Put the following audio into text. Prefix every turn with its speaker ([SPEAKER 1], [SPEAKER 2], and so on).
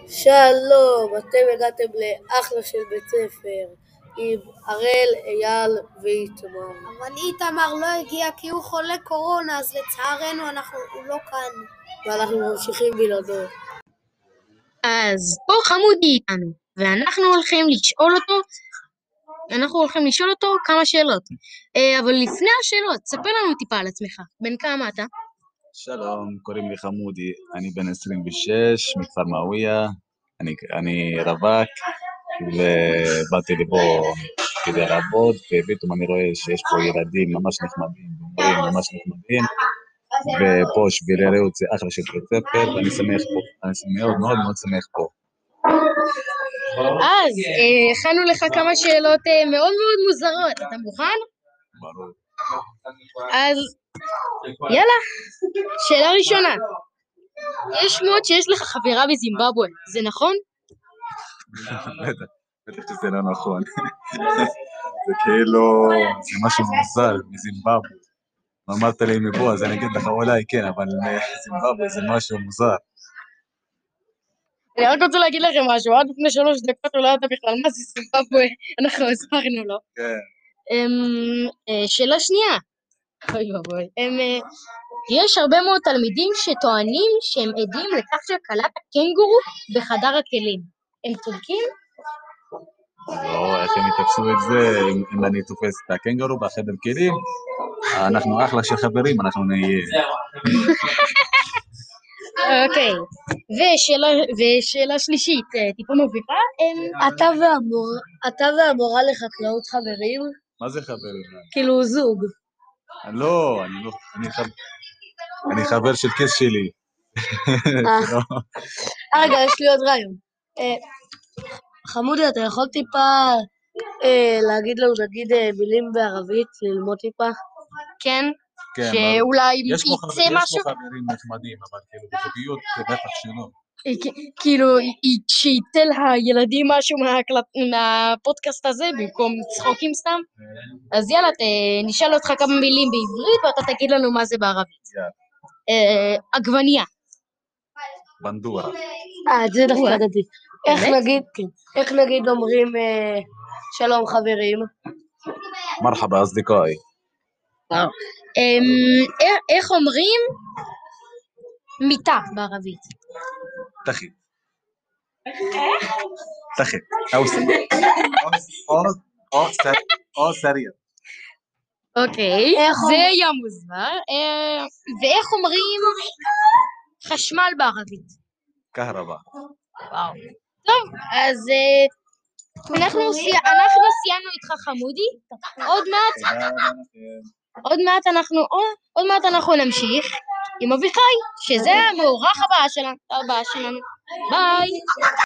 [SPEAKER 1] שלום, אתם הגעתם לאחלה של בית ספר עם הראל, אייל ואיתמר.
[SPEAKER 2] אבל איתמר לא הגיע כי הוא חולה קורונה, אז לצערנו הוא לא כאן.
[SPEAKER 1] ואנחנו ממשיכים בלעדו.
[SPEAKER 3] אז פה חמודי איתנו, ואנחנו הולכים לשאול אותו כמה שאלות. אבל לפני השאלות, ספר לנו טיפה על עצמך. בן כמה אתה?
[SPEAKER 4] שלום, קוראים לי חמודי, אני בן 26, מכפר מאוויה, אני רווק, ובאתי לפה כדי לעבוד, ופתאום אני רואה שיש פה ילדים ממש נחמדים, ומורים ממש נחמדים, ופה שבילי רעות זה אחלה של בית ספר, ואני שמח פה, אני מאוד מאוד מאוד שמח פה.
[SPEAKER 3] אז הכנו לך כמה שאלות מאוד מאוד מוזרות, אתה מוכן?
[SPEAKER 4] ברור.
[SPEAKER 3] אז יאללה, שאלה ראשונה. יש שמועות שיש לך חברה בזימבבואה, זה נכון?
[SPEAKER 4] בטח שזה לא נכון. זה כאילו, זה משהו מוזר מזימבבואה. אמרת לי מפה, אז אני אגיד לך אולי כן, אבל זימבבואה זה משהו מוזר.
[SPEAKER 3] אני רק רוצה להגיד לכם משהו, עד לפני 3 דקות הוא לא ידע בכלל מה זה זימבבואה, אנחנו הסברנו לו.
[SPEAKER 4] כן.
[SPEAKER 3] שאלה שנייה. יש הרבה מאוד תלמידים שטוענים שהם עדים לכך שקלט הקנגורו בחדר הכלים. הם צודקים?
[SPEAKER 4] לא, איך הם יתפסו את זה? אם אני תופס את הקנגורו בחדר כלים, אנחנו אחלה של חברים, אנחנו נהיה.
[SPEAKER 3] אוקיי, ושאלה שלישית, טיפה מביכה.
[SPEAKER 1] אתה והמורה לחקלאות חברים?
[SPEAKER 4] מה זה חברים?
[SPEAKER 1] כאילו זוג.
[SPEAKER 4] לא, אני חבר של כיס שלי.
[SPEAKER 1] רגע, יש לי עוד רעיון. חמודי, אתה יכול טיפה להגיד לנו, נגיד, מילים בערבית, ללמוד טיפה?
[SPEAKER 3] כן,
[SPEAKER 4] כן,
[SPEAKER 3] שאולי
[SPEAKER 4] יש
[SPEAKER 3] יצא
[SPEAKER 4] פה
[SPEAKER 3] משהו,
[SPEAKER 4] חברים נחמדים, אבל כאילו בחביות זה בטח שלא.
[SPEAKER 3] כאילו שייתן לילדים משהו מהפודקאסט הזה במקום צחוקים סתם. אז יאללה, נשאל אותך כמה מילים בעברית ואתה תגיד לנו מה זה בערבית. עגבנייה.
[SPEAKER 4] בנדורה.
[SPEAKER 1] את זה דווקא ידעתי. איך נגיד אומרים שלום חברים?
[SPEAKER 4] מרחבה אסדיקאי.
[SPEAKER 3] איך אומרים מיטה בערבית?
[SPEAKER 4] תחית. תחית. או סריר.
[SPEAKER 3] אוקיי, זה היה מוזר. ואיך אומרים חשמל בערבית?
[SPEAKER 4] כהרבה.
[SPEAKER 3] וואו. טוב, אז אנחנו סיימנו איתך חמודי. עוד מעט אנחנו נמשיך עם אביחי, שזה המאורח הבא שלנו. ביי.